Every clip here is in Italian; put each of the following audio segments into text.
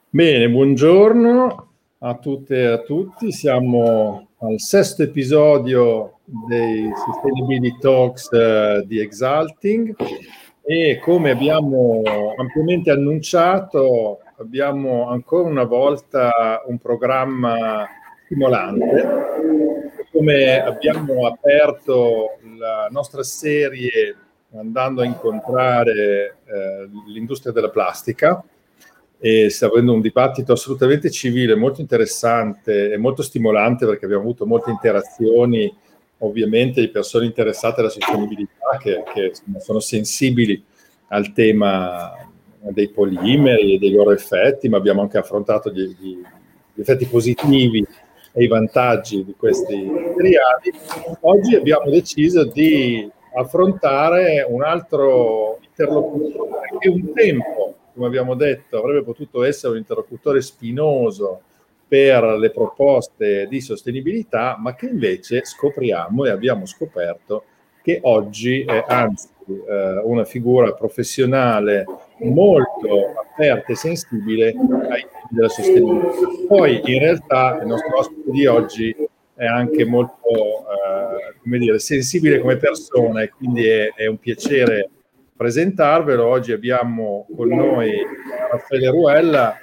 Bene, buongiorno a tutte e a tutti. Siamo al sesto episodio dei Sustainability Talks di Exalting e come abbiamo ampiamente annunciato abbiamo ancora una volta un programma stimolante. Come abbiamo aperto la nostra serie andando a incontrare l'industria della plastica, e sta avendo un dibattito assolutamente civile, molto interessante e molto stimolante, perché abbiamo avuto molte interazioni ovviamente di persone interessate alla sostenibilità che sono sensibili al tema dei polimeri e dei loro effetti, ma abbiamo anche affrontato gli effetti positivi e i vantaggi di questi materiali. Oggi abbiamo deciso di affrontare un altro interlocutore che un tempo, come abbiamo detto, avrebbe potuto essere un interlocutore spinoso per le proposte di sostenibilità, ma che invece scopriamo e abbiamo scoperto che oggi è anzi una figura professionale molto aperta e sensibile ai temi della sostenibilità. Poi in realtà il nostro ospite di oggi è anche molto come dire, sensibile come persona, e quindi è un piacere presentarvelo. Oggi abbiamo con noi Raffaele Ruella,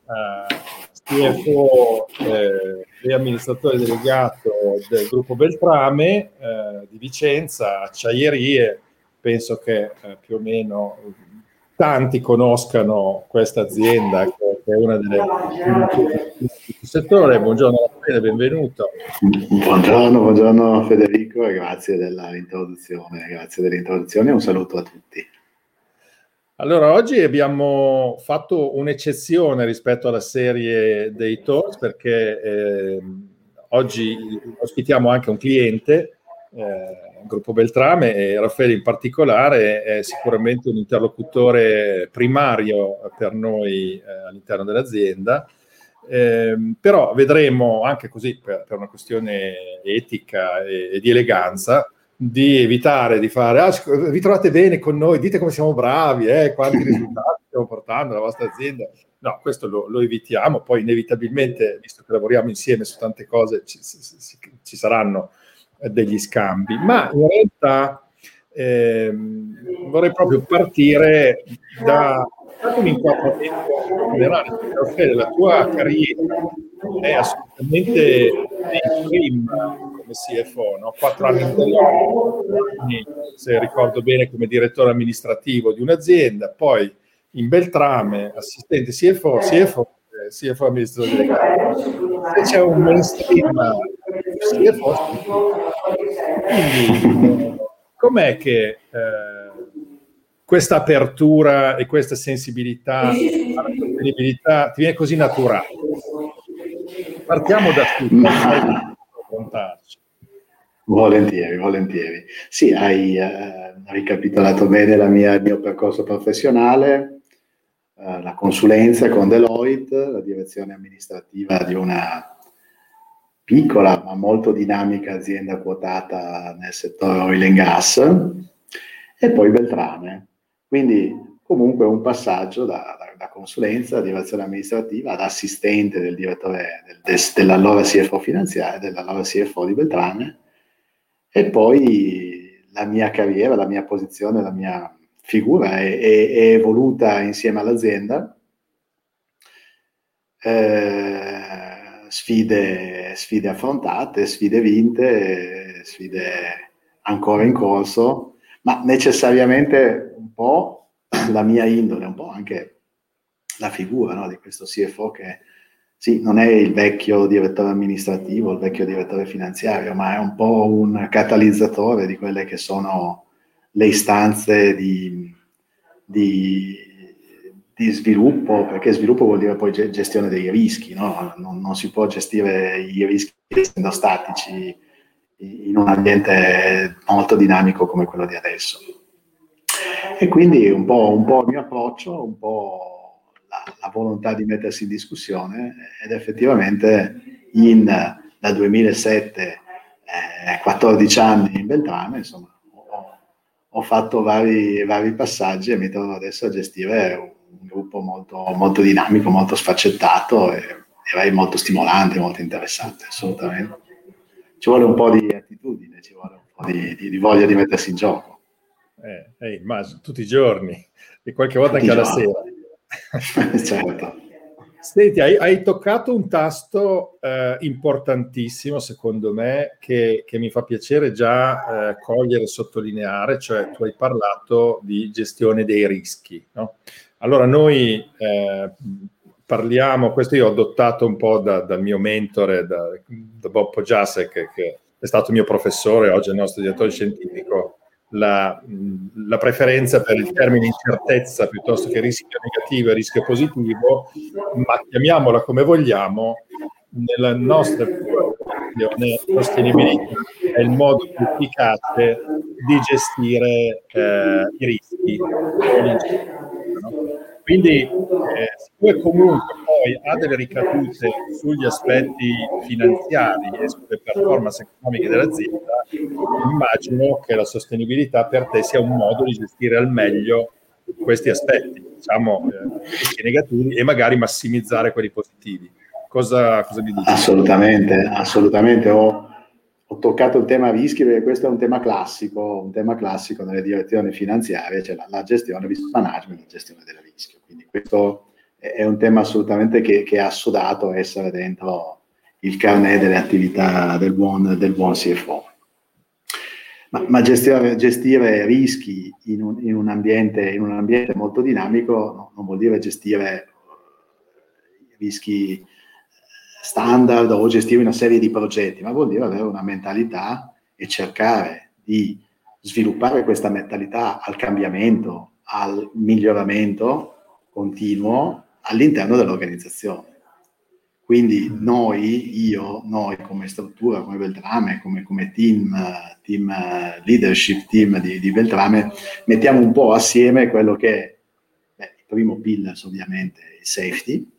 CFO e amministratore delegato del gruppo Beltrame di Vicenza, acciaierie. Penso che più o meno tanti conoscano questa azienda, che è una delle del settore. Buongiorno Raffaele, benvenuto. Buongiorno Federico e grazie dell'introduzione e un saluto a tutti. Allora, oggi abbiamo fatto un'eccezione rispetto alla serie dei talks, perché oggi ospitiamo anche un cliente, il gruppo Beltrame, e Raffaele in particolare è sicuramente un interlocutore primario per noi all'interno dell'azienda. Però vedremo anche così, per una questione etica e di eleganza, di evitare di fare vi trovate bene con noi, dite come siamo bravi, quanti risultati stiamo portando alla vostra azienda. No, questo lo evitiamo. Poi inevitabilmente, visto che lavoriamo insieme su tante cose, ci saranno degli scambi, ma in realtà vorrei proprio partire da un inquadramento generale. Raffaele, la tua carriera è assolutamente mainstream come CFO, no? 4 anni in Deloitte, se ricordo bene, come direttore amministrativo di un'azienda, poi in Beltrame, assistente CFO amministratore delegato. Se c'è un mainstream CFO, sei tu. Quindi com'è che questa apertura e questa sensibilità alla sostenibilità ti viene così naturale? Partiamo da qui, poi magari confrontarci. Volentieri. Sì, hai ricapitolato bene il mio percorso professionale, la consulenza con Deloitte, la direzione amministrativa di una piccola ma molto dinamica azienda quotata nel settore oil and gas, e poi Beltrame. Quindi comunque un passaggio da consulenza, direzione amministrativa, ad assistente del direttore dell'allora CFO finanziario, dell'allora CFO di Beltrame, e poi la mia carriera, la mia posizione, la mia figura è evoluta insieme all'azienda. Sfide affrontate, sfide vinte, sfide ancora in corso, ma necessariamente un po' la mia indole, un po' anche la figura, no, di questo CFO che sì, non è il vecchio direttore amministrativo, il vecchio direttore finanziario, ma è un po' un catalizzatore di quelle che sono le istanze di sviluppo, perché sviluppo vuol dire poi gestione dei rischi, no? Non si può gestire i rischi essendo statici in un ambiente molto dinamico come quello di adesso. E quindi un po' il mio approccio, un po' la volontà di mettersi in discussione, ed effettivamente dal 2007, 14 anni in Beltrame, insomma, ho fatto vari passaggi e mi trovo adesso a gestire un gruppo molto, molto dinamico, molto sfaccettato e direi molto stimolante, molto interessante, assolutamente. Ci vuole un po' di attitudine, ci vuole un po' di voglia di mettersi in gioco. Immagino, tutti i giorni e qualche volta Tutti anche alla sera. sera. Certo. Senti, hai toccato un tasto importantissimo, secondo me, che mi fa piacere già cogliere e sottolineare, cioè tu hai parlato di gestione dei rischi, no? Allora noi parliamo, questo io ho adottato un po' dal mio mentore, da Bob Pojasek, che è stato mio professore, oggi è il nostro direttore scientifico, la preferenza per il termine incertezza piuttosto che rischio negativo e rischio positivo, ma chiamiamola come vogliamo, nella nostra visione sostenibilità è il modo più efficace di gestire i rischi o l'incertezza, no? Quindi, siccome comunque poi ha delle ricadute sugli aspetti finanziari e sulle performance economiche dell'azienda, immagino che la sostenibilità per te sia un modo di gestire al meglio questi aspetti, diciamo, rischi negativi e magari massimizzare quelli positivi. Cosa mi dici? Assolutamente. Ho toccato il tema rischi perché questo è un tema classico nelle direzioni finanziarie, cioè la gestione, risk management, la gestione del rischio. Quindi questo è un tema assolutamente che ha assodato essere dentro il carnet delle attività del buon CFO. Ma gestire rischi in un ambiente molto dinamico non vuol dire gestire rischi standard o gestire una serie di progetti, ma vuol dire avere una mentalità e cercare di sviluppare questa mentalità al cambiamento, al miglioramento continuo all'interno dell'organizzazione. Quindi noi come struttura, come Beltrame, come team leadership team di Beltrame, mettiamo un po' assieme quello che è il primo pillar, ovviamente, il safety,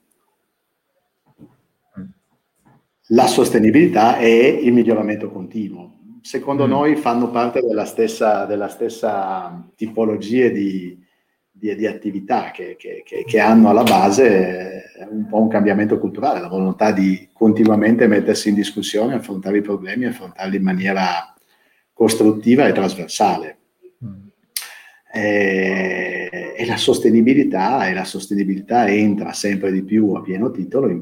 la sostenibilità e il miglioramento continuo. Secondo noi fanno parte della stessa tipologie di attività che hanno alla base un po' un cambiamento culturale, la volontà di continuamente mettersi in discussione, affrontare i problemi, affrontarli in maniera costruttiva e trasversale. E la sostenibilità entra sempre di più a pieno titolo in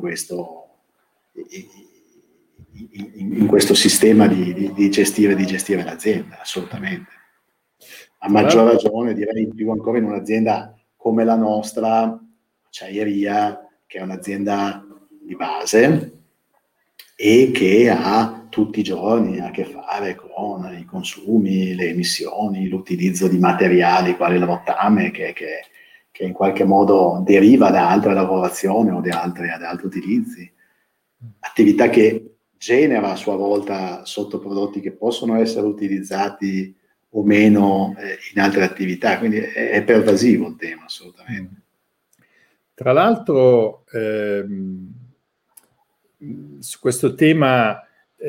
questo sistema di gestire l'azienda, assolutamente. A maggior ragione, direi più ancora in un'azienda come la nostra, acciaieria, che è un'azienda di base e che ha tutti i giorni a che fare con i consumi, le emissioni, l'utilizzo di materiali quali la rottame che in qualche modo deriva da altre lavorazioni o da altri utilizzi. Attività che genera a sua volta sottoprodotti che possono essere utilizzati o meno in altre attività, quindi è pervasivo il tema, assolutamente. Tra l'altro, su questo tema,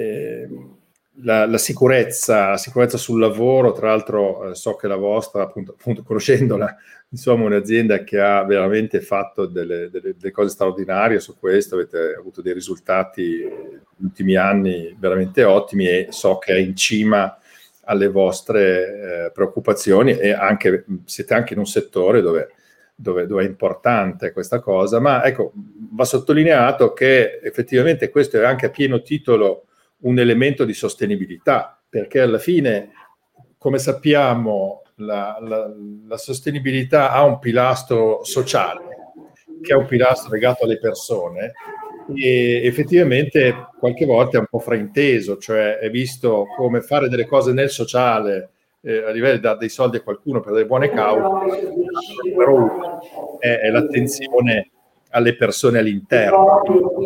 la sicurezza sul lavoro, tra l'altro so che la vostra, appunto conoscendola, insomma, un'azienda che ha veramente fatto delle cose straordinarie su questo, avete avuto dei risultati negli ultimi anni veramente ottimi e so che è in cima alle vostre preoccupazioni e siete anche in un settore dove è importante questa cosa, ma ecco, va sottolineato che effettivamente questo è anche a pieno titolo un elemento di sostenibilità, perché alla fine, come sappiamo, la sostenibilità ha un pilastro sociale, che è un pilastro legato alle persone, e effettivamente qualche volta è un po' frainteso, cioè è visto come fare delle cose nel sociale, a livello di dare dei soldi a qualcuno per delle buone cause, numero uno è l'attenzione alle persone all'interno,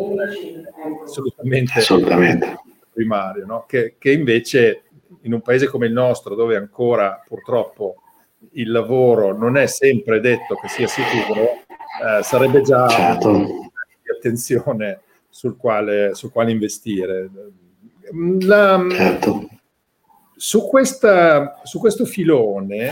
assolutamente primario, no? Che invece in un paese come il nostro, dove ancora purtroppo il lavoro non è sempre detto che sia sicuro, sarebbe già di attenzione sul quale investire. Certo. Su questo filone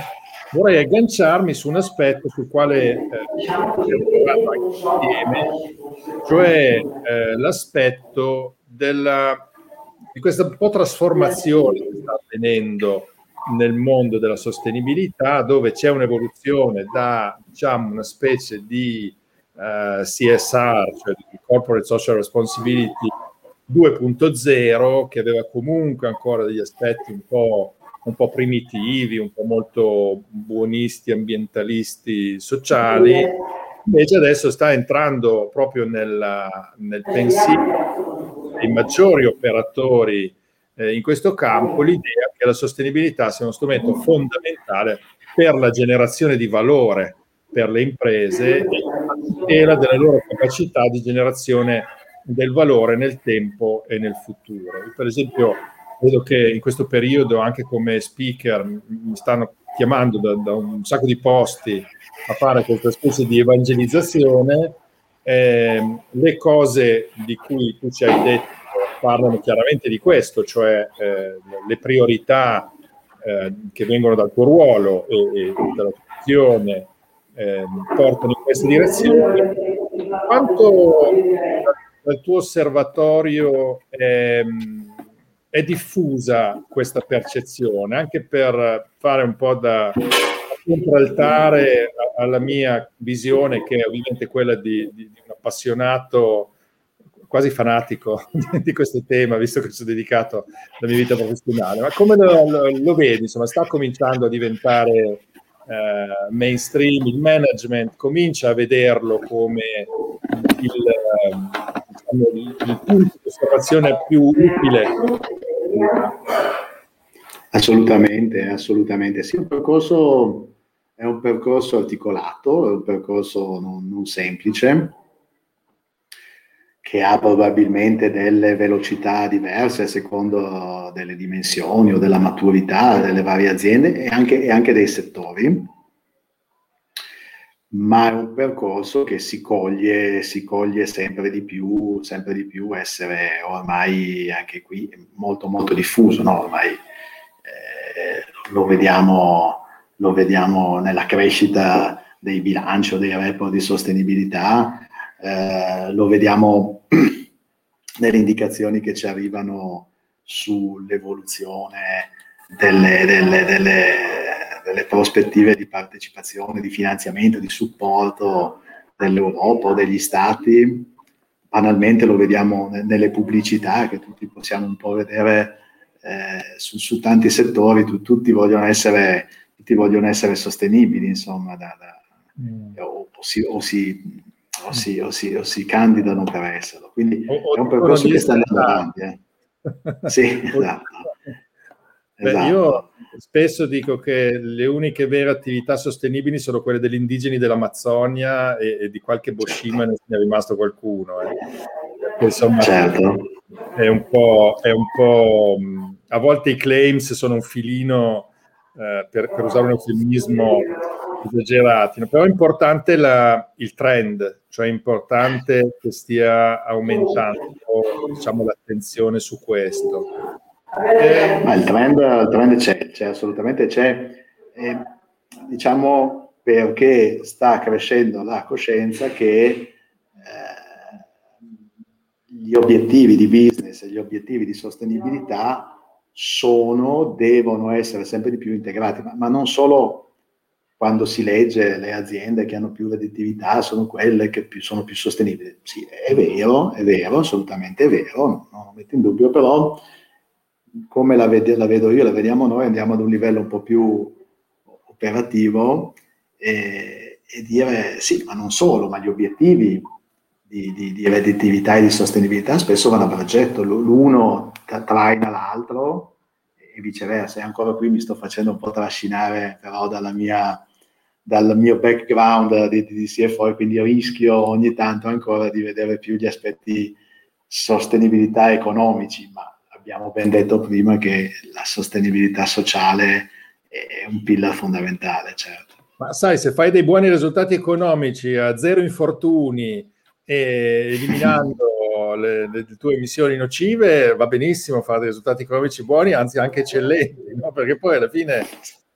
vorrei agganciarmi su un aspetto sul quale abbiamo parlato anche insieme, cioè l'aspetto di questa un po' trasformazione che sta avvenendo nel mondo della sostenibilità, dove c'è un'evoluzione da, diciamo, una specie di CSR, cioè di Corporate Social Responsibility 2.0, che aveva comunque ancora degli aspetti un po' primitivi, un po' molto buonisti, ambientalisti, sociali. Invece adesso sta entrando proprio nel pensiero dei maggiori operatori in questo campo l'idea che la sostenibilità sia uno strumento fondamentale per la generazione di valore per le imprese e la tutela della loro capacità di generazione del valore nel tempo e nel futuro. Io, per esempio, vedo che in questo periodo anche come speaker mi stanno chiamando da un sacco di posti a fare questa specie di evangelizzazione. Le cose di cui tu ci hai detto parlano chiaramente di questo, cioè le priorità che vengono dal tuo ruolo e dalla tua azione portano in questa direzione. Quanto dal tuo osservatorio è diffusa questa percezione, anche per fare un po' da contraltare alla mia visione, che è ovviamente quella di un appassionato, quasi fanatico di questo tema, visto che sono dedicato la mia vita professionale. Ma come lo vedi? Insomma, sta cominciando a diventare mainstream, il management comincia a vederlo come il punto di osservazione più utile. Assolutamente, assolutamente. Sì, è un percorso articolato, è un percorso non semplice, che ha probabilmente delle velocità diverse a secondo delle dimensioni o della maturità delle varie aziende e anche dei settori, ma è un percorso che si coglie sempre di più essere ormai anche qui molto molto diffuso, no? Ormai lo vediamo nella crescita dei bilanci o dei report di sostenibilità, lo vediamo nelle indicazioni che ci arrivano sull'evoluzione delle prospettive di partecipazione, di finanziamento, di supporto dell'Europa o degli Stati. Banalmente lo vediamo nelle pubblicità che tutti possiamo un po' vedere su tanti settori, tutti vogliono essere sostenibili, insomma, o si candidano per esserlo. Quindi è un percorso che sta andando avanti. Sì, esatto. Beh, io spesso dico che le uniche vere attività sostenibili sono quelle degli indigeni dell'Amazzonia e di qualche Boshima ne è rimasto qualcuno. Insomma, certo. È un po' a volte i claims sono un filino, per usare un eufemismo, esagerati, però è importante il trend, cioè è importante che stia aumentando, diciamo, l'attenzione su questo. Ma il trend c'è, assolutamente c'è, diciamo perché sta crescendo la coscienza che gli obiettivi di business e gli obiettivi di sostenibilità devono essere sempre di più integrati, ma non solo quando si legge le aziende che hanno più redditività sono quelle che sono più sostenibili. Sì, è vero, assolutamente è vero, non lo metto in dubbio, però come la vedo io, la vediamo noi, andiamo ad un livello un po' più operativo e dire sì, ma non solo, ma gli obiettivi di redditività e di sostenibilità spesso vanno a braccetto, l'uno traina l'altro e viceversa. E ancora qui mi sto facendo un po' trascinare però dal mio background di CFO, e quindi rischio ogni tanto ancora di vedere più gli aspetti sostenibilità economici, ma abbiamo ben detto prima che la sostenibilità sociale è un pillar fondamentale, certo. Ma sai, se fai dei buoni risultati economici a zero infortuni e eliminando le tue emissioni nocive, va benissimo fare dei risultati economici buoni, anzi anche eccellenti, no? Perché poi alla fine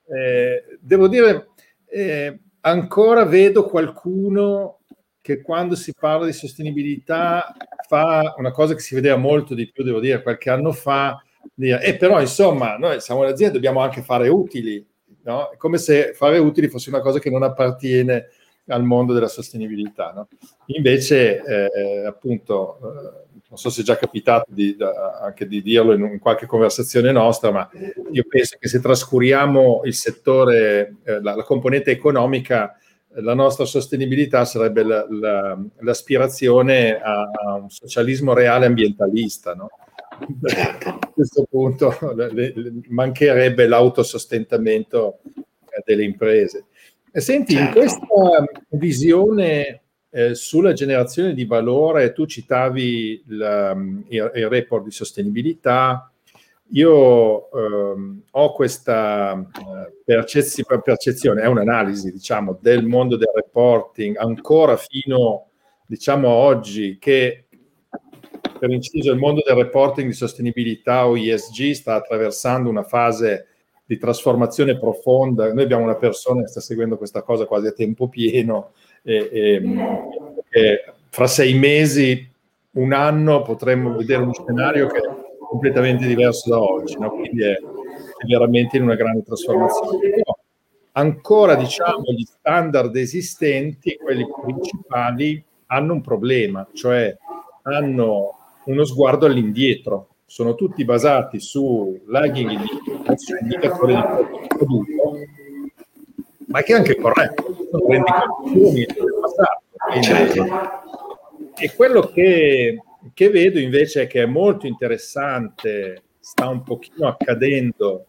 devo dire, ancora vedo qualcuno che quando si parla di sostenibilità fa una cosa che si vedeva molto di più, devo dire, qualche anno fa, dire, però insomma, noi siamo un'azienda, dobbiamo anche fare utili, no? È come se fare utili fosse una cosa che non appartiene al mondo della sostenibilità, no? Invece, appunto, non so se è già capitato anche di dirlo in qualche conversazione nostra, ma io penso che se trascuriamo il settore, la componente economica, la nostra sostenibilità sarebbe l'aspirazione a un socialismo reale ambientalista, no? A questo punto mancherebbe l'autosostentamento delle imprese. Senti, in questa visione sulla generazione di valore, tu citavi il report di sostenibilità. Io ho questa percezione, è un'analisi, diciamo, del mondo del reporting ancora fino, diciamo, a oggi, che per inciso il mondo del reporting di sostenibilità o ESG sta attraversando una fase di trasformazione profonda. Noi abbiamo una persona che sta seguendo questa cosa quasi a tempo pieno e fra 6 mesi, un anno, potremmo vedere uno scenario che è completamente diverso da oggi, no? Quindi è veramente in una grande trasformazione. Però ancora, diciamo, gli standard esistenti, quelli principali, hanno un problema, cioè hanno uno sguardo all'indietro. Sono tutti basati su lagging indicatori di prodotto, ma che è anche corretto, sono rendicontazioni del passato. E quello che vedo invece è che è molto interessante, sta un pochino accadendo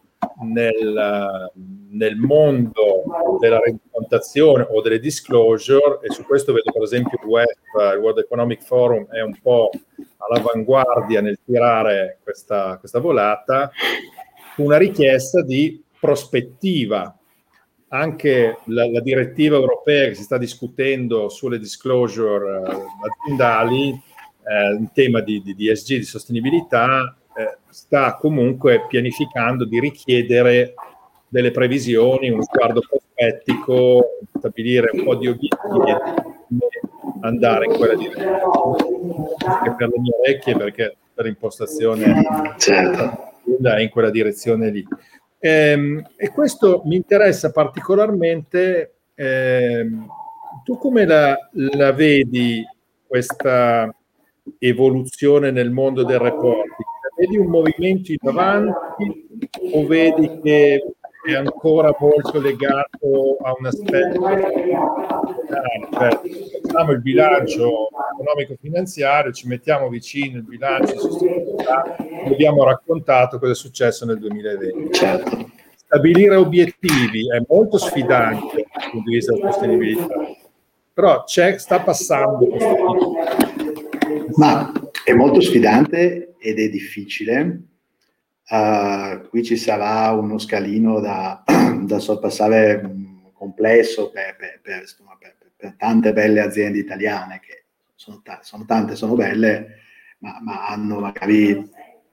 nel mondo della rendicontazione o delle disclosure, e su questo vedo per esempio il World Economic Forum è un po' all'avanguardia nel tirare questa volata, una richiesta di prospettiva. Anche la direttiva europea che si sta discutendo sulle disclosure aziendali in tema di ESG, di sostenibilità, sta comunque pianificando di richiedere delle previsioni, uno sguardo prospettico, stabilire un po' di obiettivi e andare in quella direzione. Anche per le mie orecchie, perché per l'impostazione è in quella direzione lì. E questo mi interessa particolarmente. Tu come la vedi questa evoluzione nel mondo del reporting? Vedi un movimento in avanti o vedi che è ancora molto legato a un aspetto, cioè facciamo il bilancio economico-finanziario, ci mettiamo vicino il bilancio di sostenibilità, vi abbiamo raccontato cosa è successo nel 2020. Certo. Stabilire obiettivi è molto sfidante dal punto di vista della sostenibilità, però sta passando questo tipo. Ma è molto sfidante ed è difficile. Qui ci sarà uno scalino da sorpassare complesso per tante belle aziende italiane che sono tante, sono belle, ma hanno magari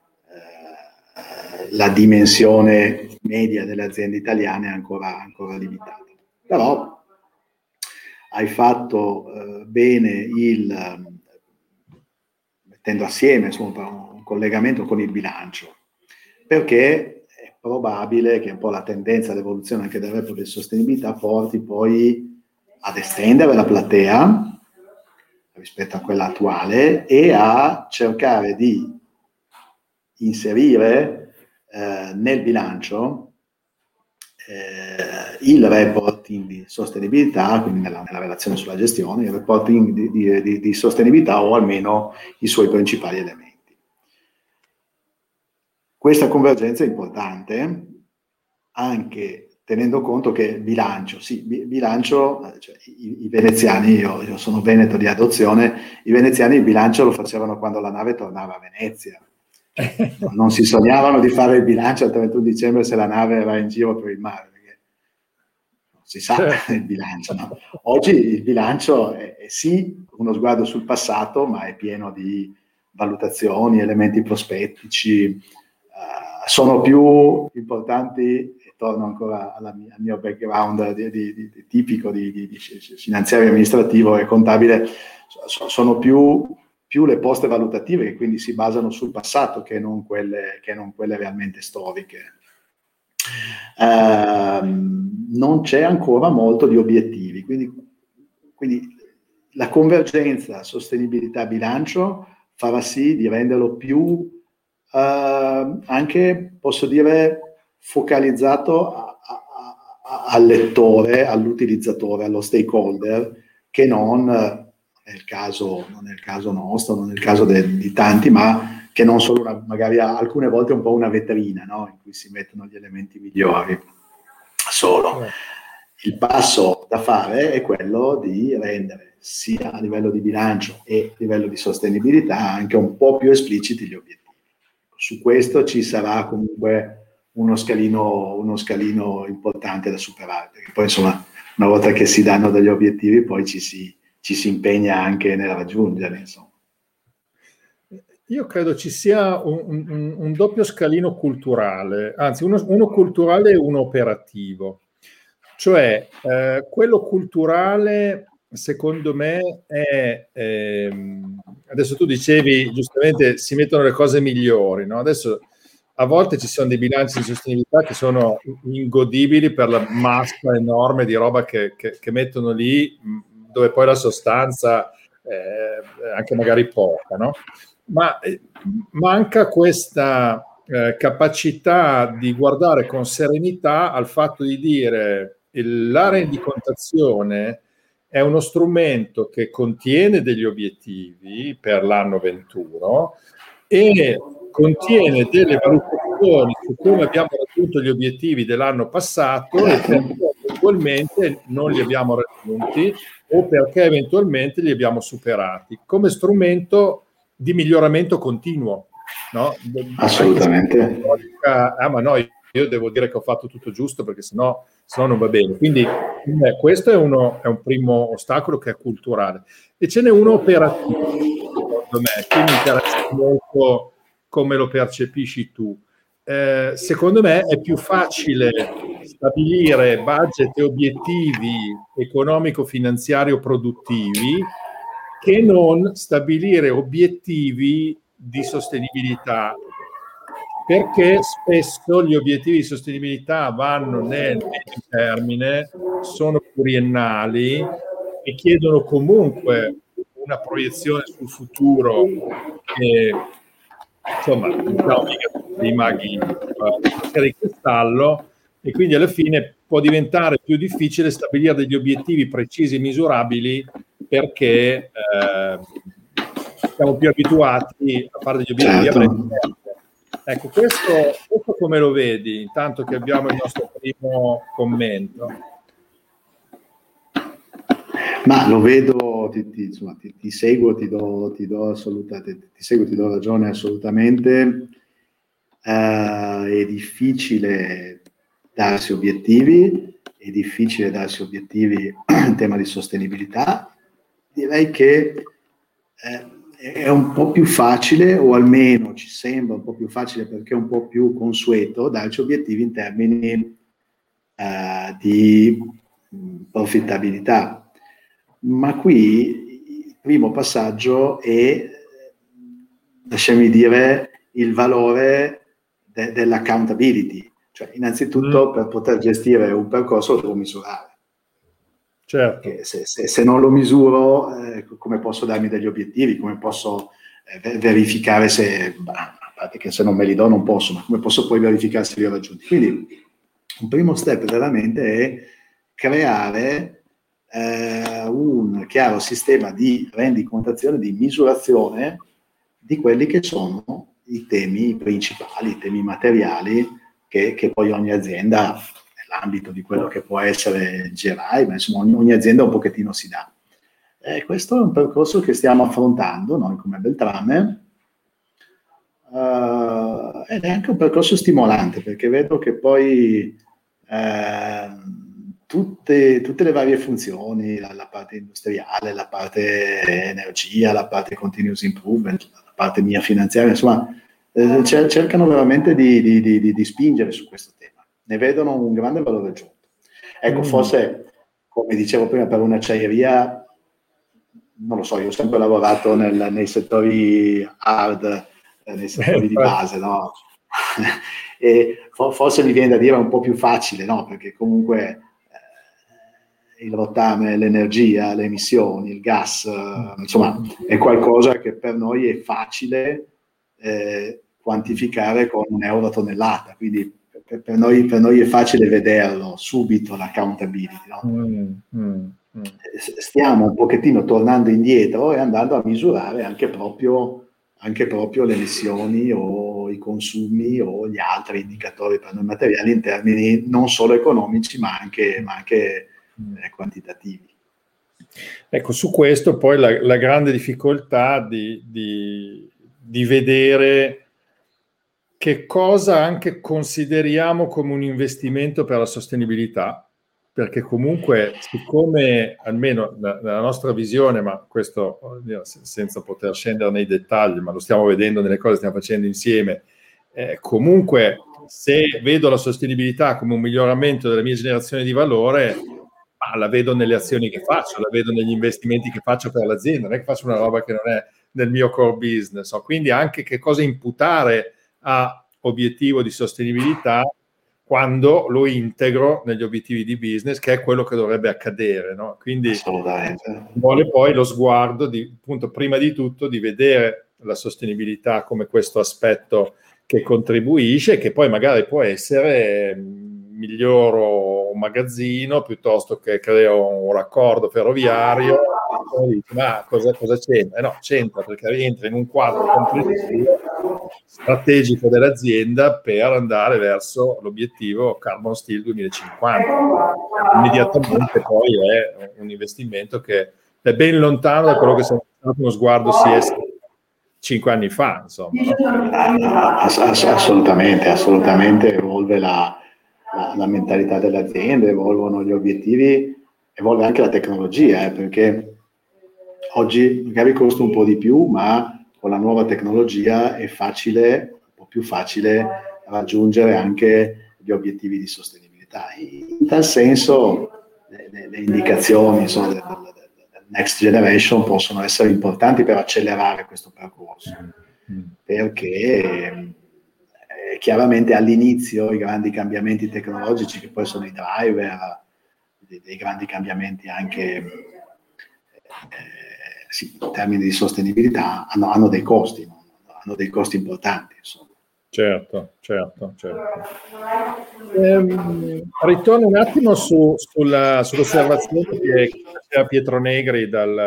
la dimensione media delle aziende italiane è ancora limitata. Però hai fatto bene mettendo assieme insomma, un collegamento con il bilancio, perché è probabile che un po' la tendenza all'evoluzione anche del report di sostenibilità porti poi ad estendere la platea rispetto a quella attuale e a cercare di inserire nel bilancio il reporting di sostenibilità, quindi nella relazione sulla gestione, il reporting di sostenibilità o almeno i suoi principali elementi. Questa convergenza è importante anche tenendo conto che bilancio, cioè i veneziani, io sono veneto di adozione, i veneziani il bilancio lo facevano quando la nave tornava a Venezia. Cioè, non si sognavano di fare il bilancio al 31 dicembre se la nave era in giro per il mare, perché non si sa il bilancio. No? Oggi il bilancio è sì uno sguardo sul passato, ma è pieno di valutazioni, elementi prospettici, sono più importanti, e torno ancora al mio background tipico di finanziario amministrativo e contabile, sono più le poste valutative, che quindi si basano sul passato che non quelle realmente storiche. Non c'è ancora molto di obiettivi, quindi la convergenza sostenibilità-bilancio farà sì di renderlo più anche, posso dire, focalizzato al lettore, all'utilizzatore, allo stakeholder, che non nel caso nostro, non nel caso di tanti, ma che non solo magari alcune volte un po' una vetrina, no? In cui si mettono gli elementi migliori solo. Il passo da fare è quello di rendere sia a livello di bilancio e a livello di sostenibilità anche un po' più espliciti gli obiettivi. Su questo ci sarà comunque uno scalino importante da superare, perché poi insomma una volta che si danno degli obiettivi poi ci si impegna anche nel raggiungere, insomma. Io credo ci sia un doppio scalino culturale, anzi uno culturale e uno operativo. Cioè, quello culturale, secondo me, è... adesso tu dicevi, giustamente, si mettono le cose migliori, no? Adesso, a volte ci sono dei bilanci di sostenibilità che sono ingodibili per la massa enorme di roba che mettono lì, dove poi la sostanza è anche magari poca, no? Ma manca questa capacità di guardare con serenità al fatto di dire la rendicontazione è uno strumento che contiene degli obiettivi per l'anno 21 e contiene delle valutazioni su come abbiamo raggiunto gli obiettivi dell'anno passato e perché eventualmente non li abbiamo raggiunti o perché eventualmente li abbiamo superati, come strumento di miglioramento continuo, no? Assolutamente. Ma no, io devo dire che ho fatto tutto giusto perché sennò non va bene. Quindi questo è un primo ostacolo che è culturale. E ce n'è uno operativo, secondo me. Qui mi interessa molto come lo percepisci tu. Secondo me è più facile stabilire budget e obiettivi economico-finanziario-produttivi che non stabilire obiettivi di sostenibilità, perché spesso gli obiettivi di sostenibilità vanno nel medio termine, sono pluriennali e chiedono comunque una proiezione sul futuro che, insomma, diciamo dei maghi di cristallo, e quindi alla fine può diventare più difficile stabilire degli obiettivi precisi e misurabili perché siamo più abituati a fare degli obiettivi a breve termine. Ecco, questo come lo vedi, intanto che abbiamo il nostro primo commento? Ma lo vedo, ti seguo, ti do ragione assolutamente. È difficile darsi obiettivi, in tema di sostenibilità. Direi che è un po' più facile, o almeno ci sembra un po' più facile perché è un po' più consueto, darci obiettivi in termini di profittabilità. Ma qui il primo passaggio è, lasciami dire, il valore dell'accountability. Cioè, innanzitutto, per poter gestire un percorso lo devo misurare. Certo. Se non lo misuro, come posso darmi degli obiettivi? Come posso verificare se, a parte che se non me li do non posso, ma come posso poi verificare se li ho raggiunti? Quindi un primo step veramente è creare un chiaro sistema di rendicontazione, di misurazione di quelli che sono i temi principali, i temi materiali che poi ogni azienda, nell'ambito di quello che può essere GRI, ma insomma ogni azienda un pochettino si dà. Questo è un percorso che stiamo affrontando noi come Beltrame, ed è anche un percorso stimolante, perché vedo che poi tutte le varie funzioni, la parte industriale, la parte energia, la parte continuous improvement, la parte mia finanziaria, insomma, cercano veramente di spingere su questo tema, ne vedono un grande valore aggiunto. Ecco, forse, come dicevo prima, per un'acciaieria, non lo so, io ho sempre lavorato nei settori hard, nei settori di base, no? E forse mi viene da dire un po' più facile, no? Perché comunque il rottame, l'energia, le emissioni, il gas, insomma, è qualcosa che per noi è facile quantificare con €1 a tonnellata, quindi per noi è facile vederlo subito, l'accountability, no? Stiamo un pochettino tornando indietro e andando a misurare anche proprio le emissioni o i consumi o gli altri indicatori per noi materiali in termini non solo economici ma anche quantitativi. Ecco, su questo poi la grande difficoltà di vedere che cosa anche consideriamo come un investimento per la sostenibilità, perché comunque, siccome almeno nella nostra visione, ma questo senza poter scendere nei dettagli, ma lo stiamo vedendo nelle cose che stiamo facendo insieme, comunque se vedo la sostenibilità come un miglioramento della mia generazione di valore, la vedo nelle azioni che faccio, la vedo negli investimenti che faccio per l'azienda, non è che faccio una roba che non è nel mio core business, quindi anche che cosa imputare a obiettivo di sostenibilità quando lo integro negli obiettivi di business, che è quello che dovrebbe accadere, no? Quindi vuole poi lo sguardo appunto, prima di tutto di vedere la sostenibilità come questo aspetto che contribuisce, che poi magari può essere miglioro un magazzino piuttosto che creo un raccordo ferroviario. Ma cosa c'entra? No, c'entra perché rientra in un quadro complessivo strategico dell'azienda per andare verso l'obiettivo Carbon Steel 2050. Immediatamente poi è un investimento che è ben lontano da quello che sarebbe stato uno sguardo CS 5 anni fa, insomma. Assolutamente evolve la mentalità dell'azienda, evolvono gli obiettivi, evolve anche la tecnologia, perché oggi magari costa un po' di più, ma con la nuova tecnologia è un po' più facile raggiungere anche gli obiettivi di sostenibilità. In tal senso le indicazioni del Next Generation possono essere importanti per accelerare questo percorso, perché chiaramente all'inizio i grandi cambiamenti tecnologici, che poi sono i driver dei grandi cambiamenti anche in termini di sostenibilità, hanno dei costi, no? Hanno dei costi importanti, insomma. Certo. Ritorno un attimo sull'osservazione che faceva Pietro Negri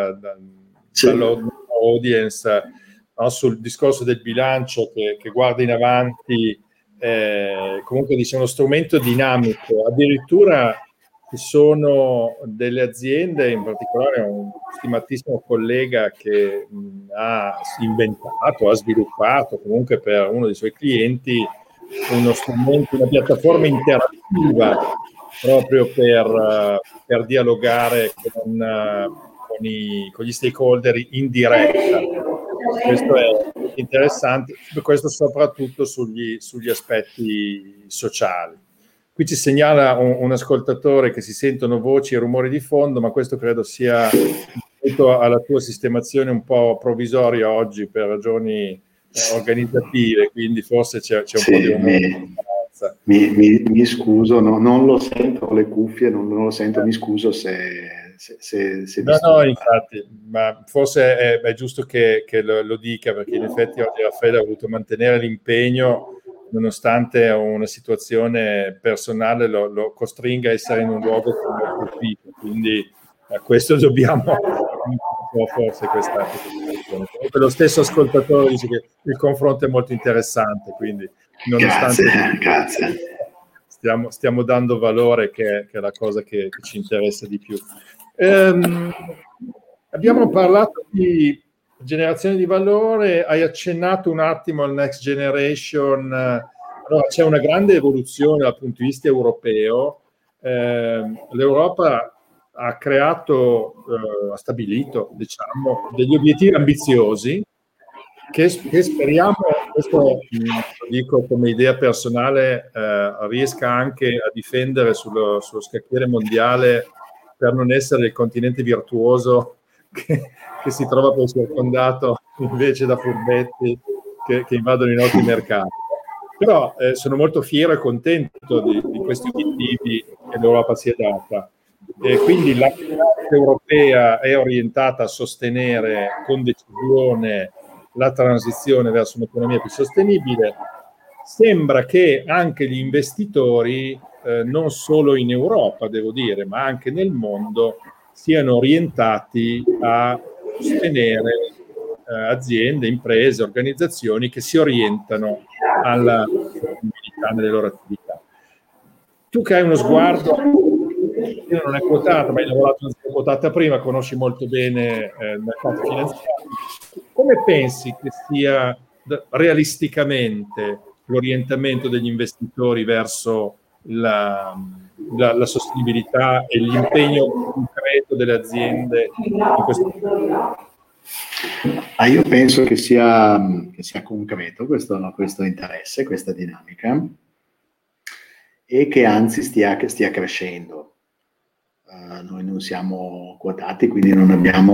dall'audience, no, sul discorso del bilancio che guarda in avanti, comunque dice uno strumento dinamico. Addirittura ci sono delle aziende, in particolare un stimatissimo collega che ha inventato, ha sviluppato comunque per uno dei suoi clienti uno strumento, una piattaforma interattiva proprio per dialogare con gli stakeholder in diretta. Questo è interessante, questo soprattutto sugli aspetti sociali. Qui ci segnala un ascoltatore che si sentono voci e rumori di fondo, ma questo credo sia dovuto alla tua sistemazione un po' provvisoria oggi per ragioni organizzative, quindi forse c'è un po' di rumore. Mi scuso, no, non lo sento con le cuffie, non lo sento, mi scuso se No, infatti, ma forse è giusto che lo dica, perché in effetti oggi Raffaele ha voluto mantenere l'impegno nonostante una situazione personale lo costringa a essere in un luogo molto ufficio, quindi a questo dobbiamo forse questa situazione. Comunque lo stesso ascoltatore dice che il confronto è molto interessante, quindi nonostante grazie. Stiamo dando valore, che è la cosa che ci interessa di più. Abbiamo parlato di generazione di valore, hai accennato un attimo al Next Generation. Allora, c'è una grande evoluzione dal punto di vista europeo. L'Europa ha stabilito, diciamo, degli obiettivi ambiziosi che speriamo questo lo dico come idea personale, riesca anche a difendere sullo scacchiere mondiale per non essere il continente virtuoso che si trova poi circondato invece da furbetti che invadono i nostri mercati. Però sono molto fiero e contento di questi obiettivi che l'Europa si è data. Quindi la finanza europea è orientata a sostenere con decisione la transizione verso un'economia più sostenibile. Sembra che anche gli investitori, non solo in Europa, devo dire, ma anche nel mondo, siano orientati a sostenere aziende, imprese, organizzazioni che si orientano alla sostenibilità nelle loro attività. Tu che hai uno sguardo, non è quotata, ma hai lavorato in azienda quotata prima, conosci molto bene il mercato finanziario. Come pensi che sia realisticamente l'orientamento degli investitori verso la sostenibilità e l'impegno concreto delle aziende in questo momento? Io penso che sia concreto questo interesse, questa dinamica, e che anzi stia crescendo. Noi non siamo quotati, quindi non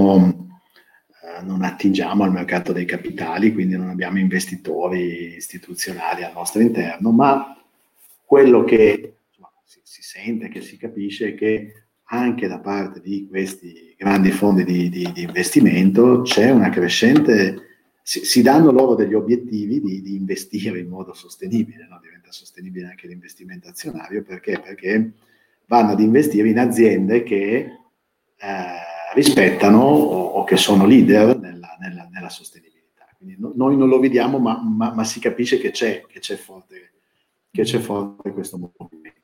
attingiamo al mercato dei capitali, quindi non abbiamo investitori istituzionali al nostro interno, ma quello che si sente, che si capisce, è che anche da parte di questi grandi fondi di investimento c'è una crescente, si danno loro degli obiettivi di investire in modo sostenibile, no? Diventa sostenibile anche l'investimento azionario, perché vanno ad investire in aziende che rispettano o che sono leader nella sostenibilità. Quindi noi non lo vediamo, ma si capisce che c'è forte questo movimento.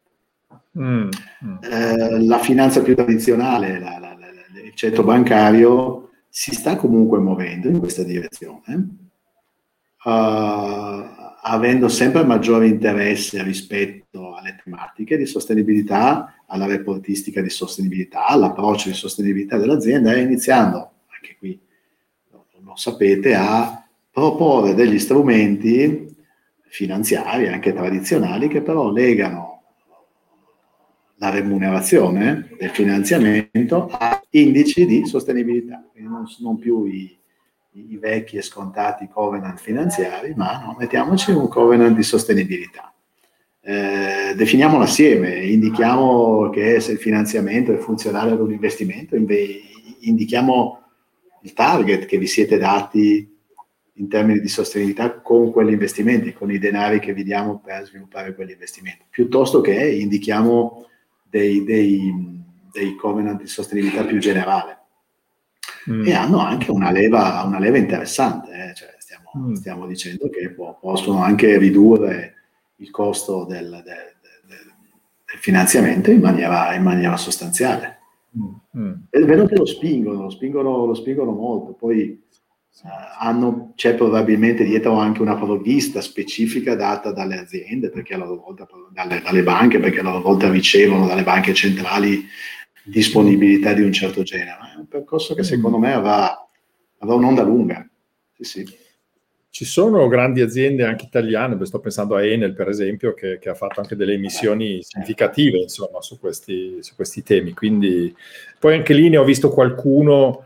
La finanza più tradizionale, il ceto bancario, si sta comunque muovendo in questa direzione, avendo sempre maggiore interesse rispetto alle tematiche di sostenibilità, alla reportistica di sostenibilità, all'approccio di sostenibilità dell'azienda, e iniziando, anche qui lo sapete, a proporre degli strumenti finanziari, anche tradizionali, che però legano la remunerazione del finanziamento a indici di sostenibilità, quindi non più i vecchi e scontati covenant finanziari, ma no, mettiamoci un covenant di sostenibilità. Definiamolo assieme, indichiamo che se il finanziamento è funzionale ad un investimento, indichiamo il target che vi siete dati in termini di sostenibilità con quegli investimenti, con i denari che vi diamo per sviluppare quegli investimenti, piuttosto che indichiamo dei covenant di sostenibilità più generale. E hanno anche una leva interessante, cioè stiamo dicendo che possono anche ridurre il costo del finanziamento in maniera sostanziale. È vero che lo spingono molto, poi c'è probabilmente dietro anche una provvista specifica data dalle aziende, perché a loro volta, dalle banche, perché a loro volta ricevono dalle banche centrali disponibilità di un certo genere. È un percorso che secondo me avrà un'onda lunga. Sì. Ci sono grandi aziende anche italiane, sto pensando a Enel per esempio, che ha fatto anche delle emissioni significative, insomma, su questi temi. Quindi poi anche lì ne ho visto qualcuno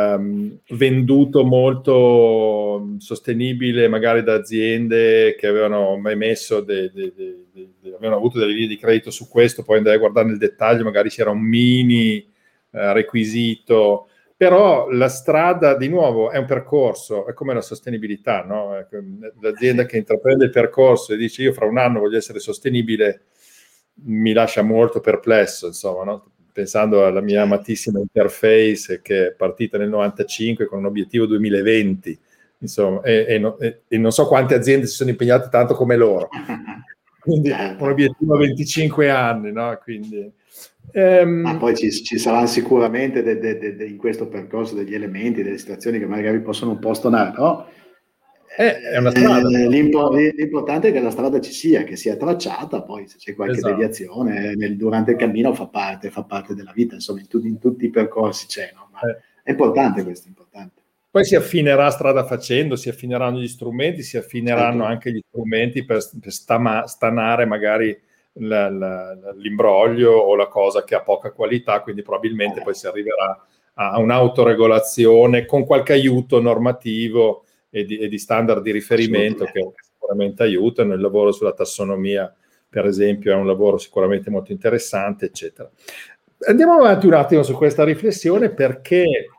venduto molto sostenibile, magari da aziende che avevano emesso avevano avuto delle linee di credito su questo, poi andare a guardare nel dettaglio, magari c'era un mini requisito. Però la strada, di nuovo, è un percorso, è come la sostenibilità, no? L'azienda che intraprende il percorso e dice io fra un anno voglio essere sostenibile, mi lascia molto perplesso, insomma, no? Pensando alla mia amatissima Interface, che è partita nel 95 con un obiettivo 2020, insomma, e non so quante aziende si sono impegnate tanto come loro. Quindi un obiettivo a 25 anni, no? Quindi... Ma poi ci saranno sicuramente in questo percorso degli elementi, delle situazioni che magari possono un po' stonare, no? È una strada. L'importante è che la strada ci sia, che sia tracciata, poi se c'è qualche deviazione durante il cammino fa parte della vita, insomma in tutti i percorsi c'è, no? Ma è importante questo, importante. Poi si affinerà strada facendo, si affineranno gli strumenti, si affineranno anche gli strumenti per stanare magari l'imbroglio o la cosa che ha poca qualità, quindi probabilmente poi si arriverà a un'autoregolazione con qualche aiuto normativo e di standard di riferimento che sicuramente aiutano. Il lavoro sulla tassonomia, per esempio, è un lavoro sicuramente molto interessante, eccetera. Andiamo avanti un attimo su questa riflessione, perché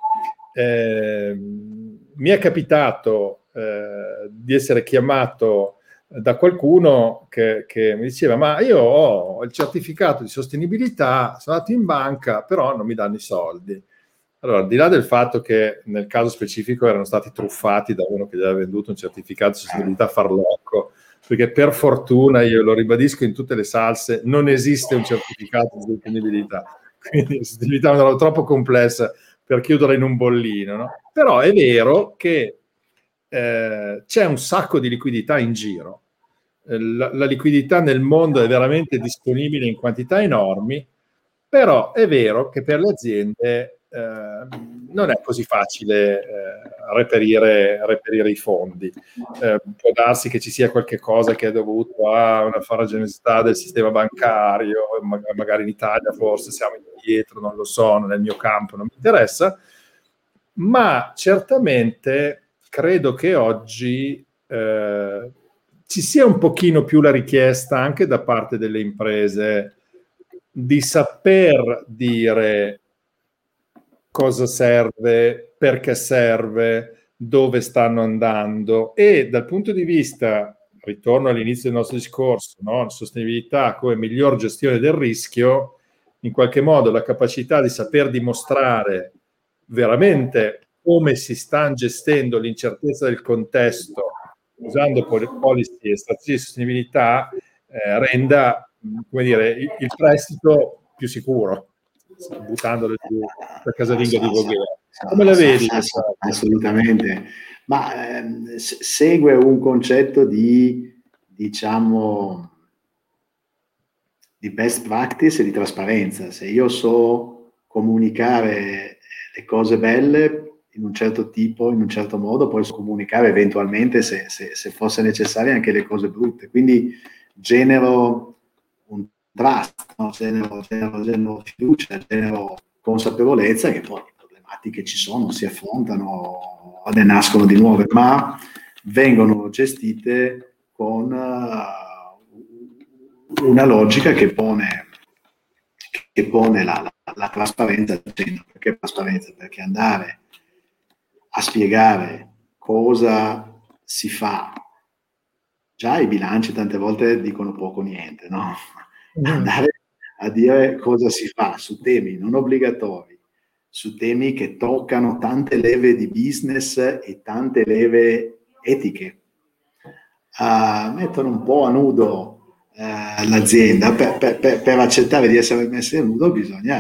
mi è capitato di essere chiamato da qualcuno che mi diceva: ma io ho il certificato di sostenibilità, sono andato in banca, però non mi danno i soldi. Allora, al di là del fatto che nel caso specifico erano stati truffati da uno che gli aveva venduto un certificato di sostenibilità farlocco, perché per fortuna, io lo ribadisco in tutte le salse, non esiste un certificato di sostenibilità, quindi la sostenibilità è una roba troppo complessa per chiuderla in un bollino, no? Però è vero che c'è un sacco di liquidità in giro. La liquidità nel mondo è veramente disponibile in quantità enormi, però è vero che per le aziende non è così facile reperire i fondi. Può darsi che ci sia qualche cosa che è dovuto a una farraginosità del sistema bancario, magari in Italia forse siamo indietro, non lo so, nel mio campo non mi interessa, ma certamente credo che oggi ci sia un pochino più la richiesta anche da parte delle imprese di saper dire cosa serve, perché serve, dove stanno andando, e dal punto di vista, ritorno all'inizio del nostro discorso, no? Sostenibilità come miglior gestione del rischio, in qualche modo la capacità di saper dimostrare veramente come si sta gestendo l'incertezza del contesto usando policy e strategie di sostenibilità renda, come dire, il prestito più sicuro, buttandolo giù per casalinga di Voghera. Come la vedi? Assolutamente, ma segue un concetto di, diciamo, di best practice e di trasparenza. Se io so comunicare le cose belle in un certo tipo, in un certo modo, poi so comunicare eventualmente, se fosse necessario, anche le cose brutte. Quindi genero un trust, no? genero fiducia, genero consapevolezza, che poi le problematiche ci sono, si affrontano, ne nascono di nuove, ma vengono gestite con una logica che pone la trasparenza. Perché trasparenza? Perché andare a spiegare cosa si fa, già i bilanci tante volte dicono poco o niente, no? Andare a dire cosa si fa su temi non obbligatori, su temi che toccano tante leve di business e tante leve etiche, mettono un po' a nudo l'azienda. Per accettare di essere messi a nudo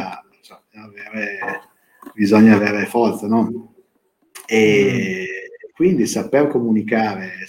bisogna avere forza, no? E quindi saper comunicare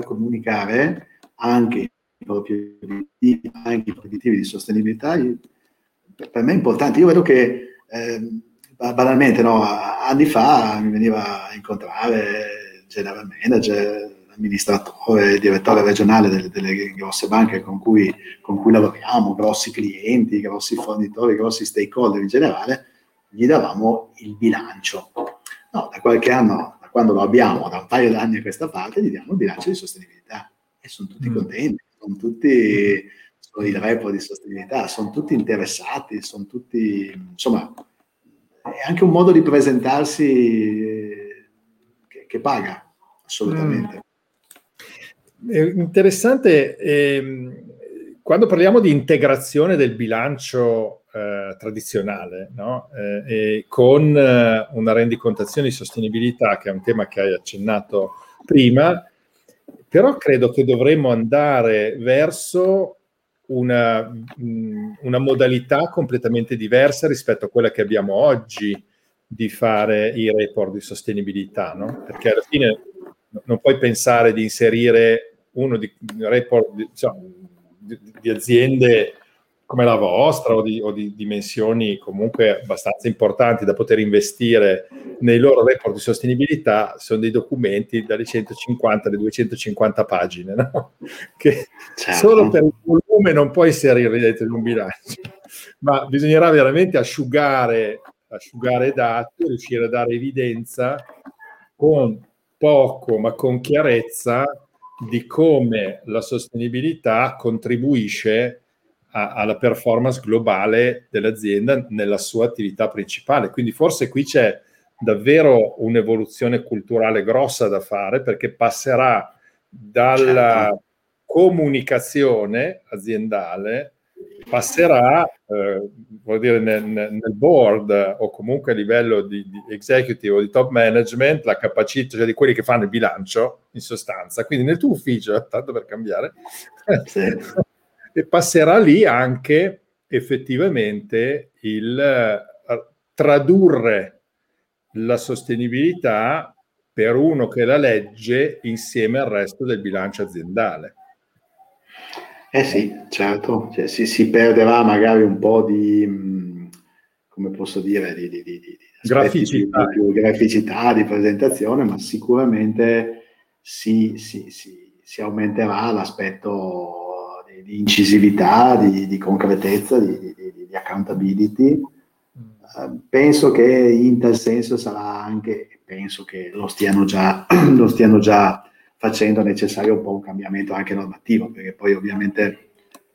anche i propri obiettivi di sostenibilità, per me è importante. Io vedo che banalmente, no, anni fa mi veniva a incontrare il general manager, l'amministratore, il direttore regionale delle grosse banche con cui lavoriamo, grossi clienti, grossi fornitori, grossi stakeholder in generale, gli davamo il bilancio. No, da qualche anno, da quando lo abbiamo, da un paio d'anni a questa parte, gli diamo il bilancio di sostenibilità e sono tutti contenti, sono il report di sostenibilità, sono tutti interessati, sono tutti, insomma, è anche un modo di presentarsi che paga, assolutamente. È interessante, quando parliamo di integrazione del bilancio tradizionale, no? Con una rendicontazione di sostenibilità, che è un tema che hai accennato prima, però credo che dovremmo andare verso una modalità completamente diversa rispetto a quella che abbiamo oggi di fare i report di sostenibilità, no? Perché alla fine non puoi pensare di inserire uno di report di aziende come la vostra o di dimensioni comunque abbastanza importanti da poter investire nei loro report di sostenibilità, sono dei documenti dalle 150 alle 250 pagine, no? Che solo per il volume non puoi inserirli dentro in un bilancio, ma bisognerà veramente asciugare dati, riuscire a dare evidenza con poco ma con chiarezza di come la sostenibilità contribuisce alla performance globale dell'azienda nella sua attività principale. Quindi forse qui c'è davvero un'evoluzione culturale grossa da fare, perché passerà dalla comunicazione aziendale, passerà vuol dire nel board o comunque a livello di executive o di top management, la capacità, cioè di quelli che fanno il bilancio in sostanza, quindi nel tuo ufficio, tanto per cambiare, e passerà lì anche effettivamente il tradurre la sostenibilità per uno che la legge insieme al resto del bilancio aziendale. Sì, certo, cioè, si perderà magari un po' di, come posso dire, di graficità. più graficità, di presentazione, ma sicuramente si aumenterà l'aspetto di incisività, di concretezza, di accountability. Penso che in tal senso sarà anche, penso che lo stiano già facendo, necessario un po' un cambiamento anche normativo, perché poi ovviamente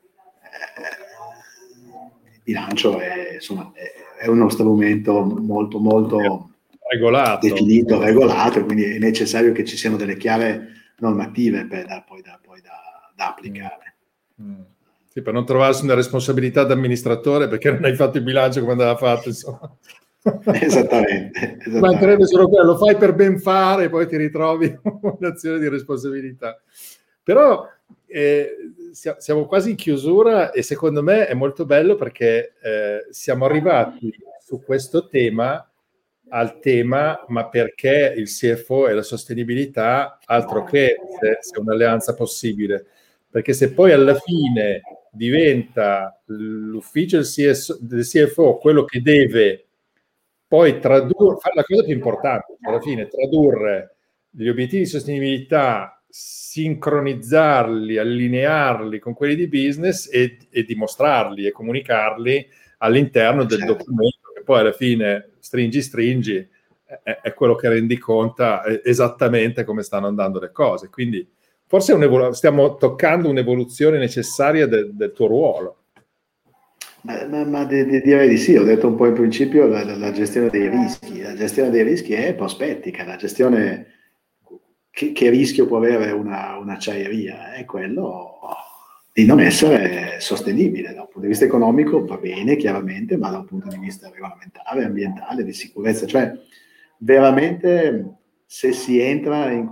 il bilancio è uno strumento molto molto regolato, definito, regolato, quindi è necessario che ci siano delle chiare normative da applicare. Sì, per non trovarsi una responsabilità d'amministratore perché non hai fatto il bilancio come andava fatto, insomma. Esattamente. Mancherebbe solo quello, lo fai per ben fare e poi ti ritrovi un'azione di responsabilità. Però siamo quasi in chiusura e secondo me è molto bello perché siamo arrivati su questo tema al tema, ma perché il CFO e la sostenibilità, altro che se è un'alleanza possibile, perché se poi alla fine diventa l'ufficio del CFO quello che deve poi tradurre, fare la cosa più importante, alla fine tradurre gli obiettivi di sostenibilità, sincronizzarli, allinearli con quelli di business e dimostrarli e comunicarli all'interno del documento, che poi alla fine stringi, è quello che rendiconta esattamente come stanno andando le cose. Quindi forse stiamo toccando un'evoluzione necessaria del tuo ruolo. Ma direi di sì, ho detto un po' in principio la gestione dei rischi. La gestione dei rischi è prospettica, la gestione che rischio può avere un'acciaieria è quello di non essere sostenibile. Da un punto di vista economico va bene, chiaramente, ma da un punto di vista regolamentare, ambientale, di sicurezza, cioè veramente se si entra in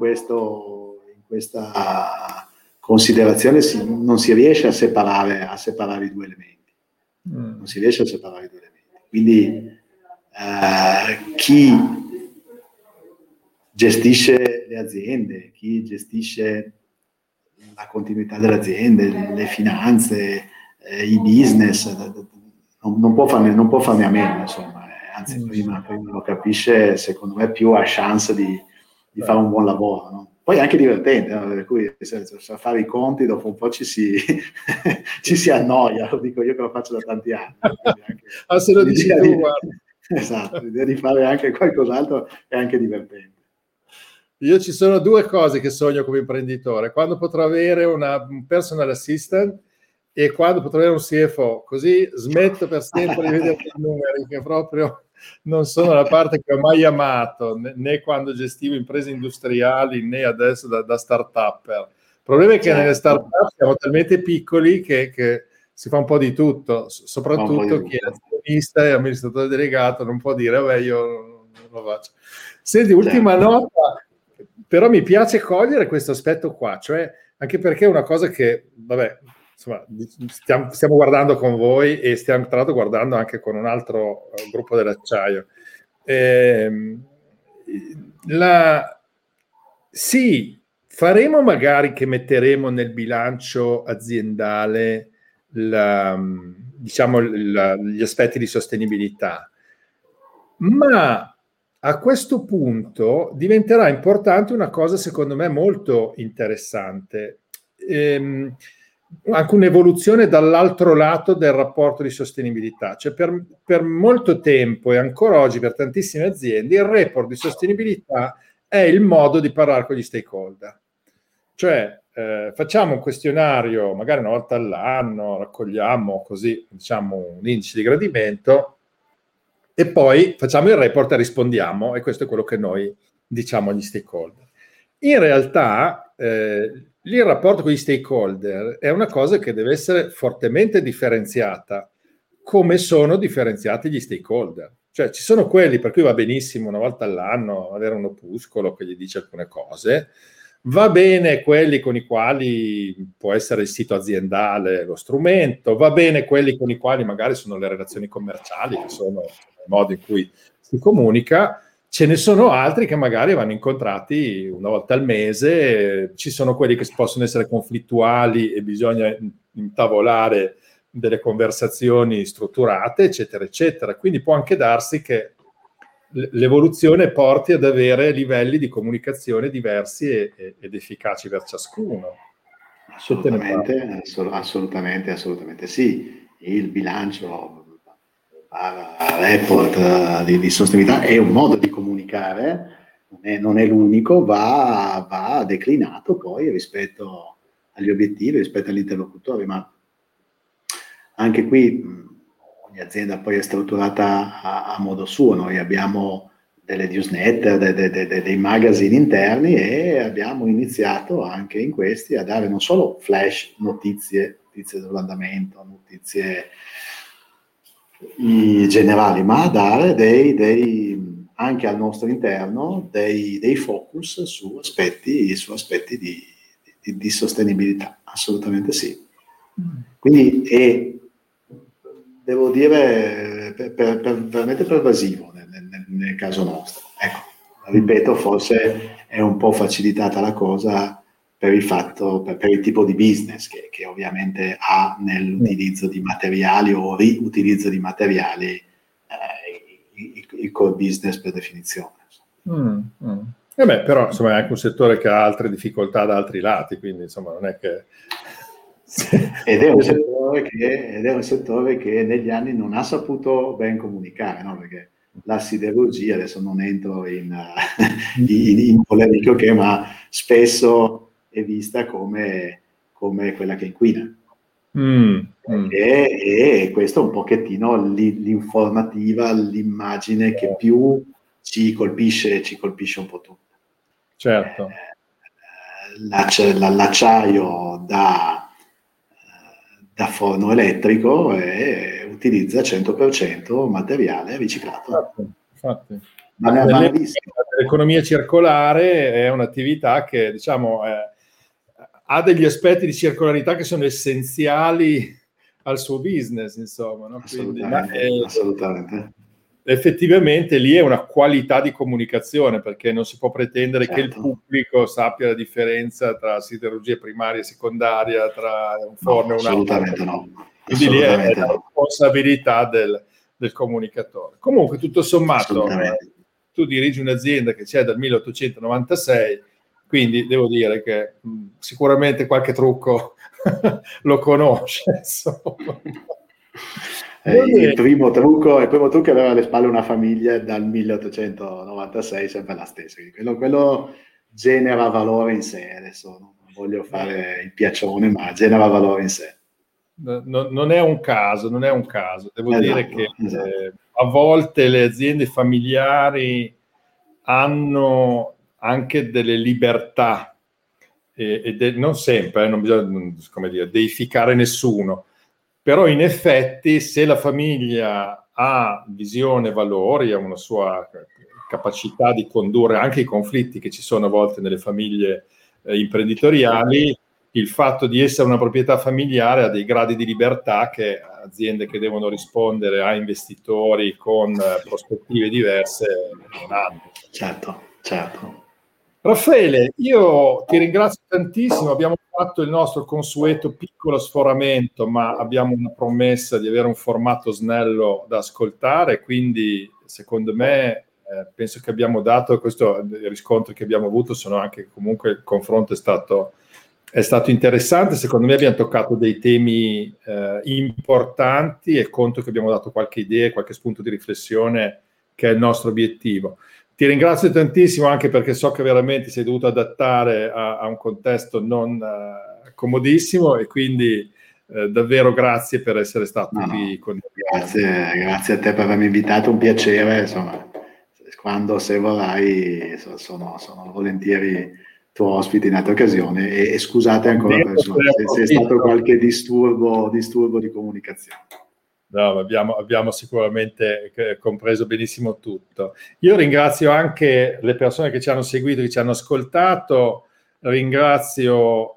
questa considerazione non si riesce a separare i due elementi. Non si riesce a separare i due elementi. Quindi chi gestisce le aziende, chi gestisce la continuità delle aziende, le finanze, i business, non può farne a meno, insomma. Anzi, prima lo capisce, secondo me, più ha chance di fare un buon lavoro, no? Poi è anche divertente, no? Per cui a fare i conti dopo un po' ci si annoia, lo dico io che lo faccio da tanti anni. Se lo dici tu, guarda. Esatto, l'idea di fare anche qualcos'altro è anche divertente. Io ci sono due cose che sogno come imprenditore: quando potrò avere un personal assistant e quando potrò avere un CFO, così smetto per sempre di vedere i numeri, che proprio non sono la parte che ho mai amato, né quando gestivo imprese industriali, né adesso da start-upper. Il problema è che nelle start-up siamo talmente piccoli che si fa un po' di tutto, soprattutto chi è azionista e amministratore delegato non può dire vabbè io non lo faccio. Senti, ultima nota, però mi piace cogliere questo aspetto qua, cioè anche perché è una cosa che, vabbè, insomma, stiamo guardando con voi e stiamo tra l'altro guardando anche con un altro gruppo dell'acciaio. Sì, faremo magari che metteremo nel bilancio aziendale diciamo, gli aspetti di sostenibilità. Ma a questo punto diventerà importante una cosa, secondo me, molto interessante, anche un'evoluzione dall'altro lato del rapporto di sostenibilità. Cioè per molto tempo e ancora oggi per tantissime aziende il report di sostenibilità è il modo di parlare con gli stakeholder. Cioè facciamo un questionario magari una volta all'anno, raccogliamo così, diciamo, un indice di gradimento e poi facciamo il report e rispondiamo, e questo è quello che noi diciamo agli stakeholder. In realtà il rapporto con gli stakeholder è una cosa che deve essere fortemente differenziata, come sono differenziati gli stakeholder. Cioè ci sono quelli per cui va benissimo una volta all'anno avere un opuscolo che gli dice alcune cose, va bene quelli con i quali può essere il sito aziendale lo strumento, va bene quelli con i quali magari sono le relazioni commerciali, che sono il modo in cui si comunica. Ce ne sono altri che magari vanno incontrati una volta al mese, ci sono quelli che possono essere conflittuali e bisogna intavolare delle conversazioni strutturate, eccetera, eccetera. Quindi può anche darsi che l'evoluzione porti ad avere livelli di comunicazione diversi ed efficaci per ciascuno. Assolutamente sì. Il bilancio report di sostenibilità è un modo di comunicare, non è l'unico, va declinato poi rispetto agli obiettivi, rispetto agli interlocutori, ma anche qui ogni azienda poi è strutturata a modo suo. Noi abbiamo delle newsletter, dei magazine interni, e abbiamo iniziato anche in questi a dare non solo flash notizie dell'andamento, notizie generali, ma a dare anche al nostro interno dei focus su aspetti di sostenibilità. Assolutamente sì. Quindi devo dire, veramente pervasivo nel caso nostro. Ecco, ripeto, forse è un po' facilitata la cosa per il fatto, per il tipo di business che ovviamente ha nell'utilizzo di materiali o riutilizzo di materiali, il core business per definizione. Però insomma è anche un settore che ha altre difficoltà da altri lati, quindi insomma non è che... Ed è un settore che negli anni non ha saputo ben comunicare, no? Perché la siderurgia, adesso non entro in polemiche, okay, ma spesso è vista come quella che inquina. E questo è un pochettino l'informativa, l'immagine che più ci colpisce un po' tutti. Certo. L'acciaio da forno elettrico utilizza 100% materiale riciclato. Infatti. L'economia circolare è un'attività che, diciamo, ha degli aspetti di circolarità che sono essenziali al suo business, insomma. No? Assolutamente. Effettivamente lì è una qualità di comunicazione, perché non si può pretendere che il pubblico sappia la differenza tra siderurgia primaria e secondaria, tra un forno e un altro. Assolutamente no. Quindi lì è la responsabilità del comunicatore. Comunque, tutto sommato, tu dirigi un'azienda che c'è dal 1896, quindi devo dire che sicuramente qualche trucco lo conosce, insomma. Il primo trucco aveva alle spalle una famiglia dal 1896, sempre la stessa. Quello genera valore in sé. Adesso non voglio fare il piaccione, ma genera valore in sé. Non è un caso. Devo dire che a volte le aziende familiari hanno anche delle libertà, non sempre, non bisogna, come dire, deificare nessuno. Però in effetti se la famiglia ha visione, valori, ha una sua capacità di condurre anche i conflitti che ci sono a volte nelle famiglie imprenditoriali, il fatto di essere una proprietà familiare ha dei gradi di libertà che aziende che devono rispondere a investitori con prospettive diverse non hanno. Certo. Raffaele, io ti ringrazio tantissimo, abbiamo fatto il nostro consueto piccolo sforamento, ma abbiamo una promessa di avere un formato snello da ascoltare, quindi secondo me penso che abbiamo dato, questo i riscontri che abbiamo avuto sono anche comunque il confronto è stato interessante, secondo me abbiamo toccato dei temi importanti e conto che abbiamo dato qualche idea, qualche spunto di riflessione che è il nostro obiettivo. Ti ringrazio tantissimo anche perché so che veramente sei dovuto adattare a un contesto non comodissimo e quindi davvero grazie per essere stato qui con noi. Grazie a te per avermi invitato, un piacere, insomma, quando se vorrai sono volentieri tuo ospite in altre occasioni e scusate ancora per se è stato qualche disturbo di comunicazione. No, abbiamo sicuramente compreso benissimo tutto. Io ringrazio anche le persone che ci hanno seguito, che ci hanno ascoltato, ringrazio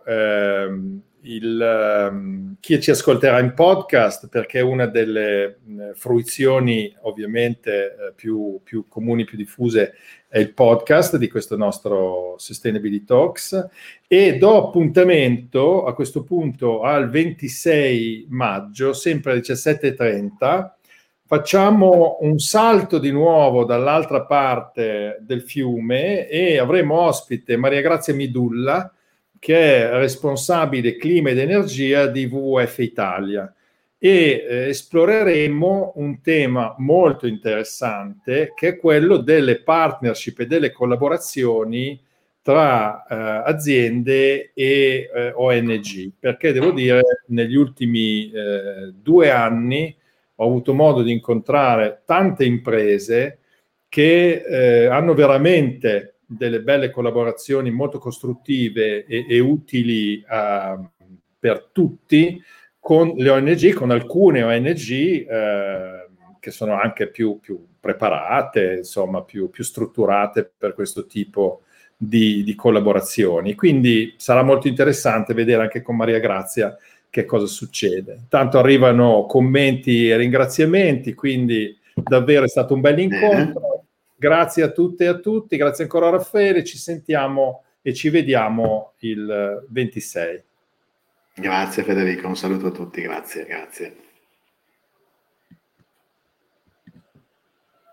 chi ci ascolterà in podcast, perché una delle fruizioni ovviamente più comuni, più diffuse è il podcast di questo nostro Sustainability Talks, e do appuntamento a questo punto al 26 maggio, sempre alle 17:30. Facciamo un salto di nuovo dall'altra parte del fiume e avremo ospite Maria Grazia Midulla, che è responsabile clima ed energia di WWF Italia, e esploreremo un tema molto interessante che è quello delle partnership e delle collaborazioni tra aziende e ONG, perché devo dire negli ultimi 2 anni ho avuto modo di incontrare tante imprese che hanno veramente delle belle collaborazioni molto costruttive e utili per tutti con le ONG, con alcune ONG che sono anche più preparate, insomma, più strutturate per questo tipo di collaborazioni. Quindi sarà molto interessante vedere anche con Maria Grazia che cosa succede. Intanto arrivano commenti e ringraziamenti, quindi davvero è stato un bel incontro. Grazie a tutte e a tutti, grazie ancora a Raffaele, ci sentiamo e ci vediamo il 26. Grazie Federico, un saluto a tutti, grazie.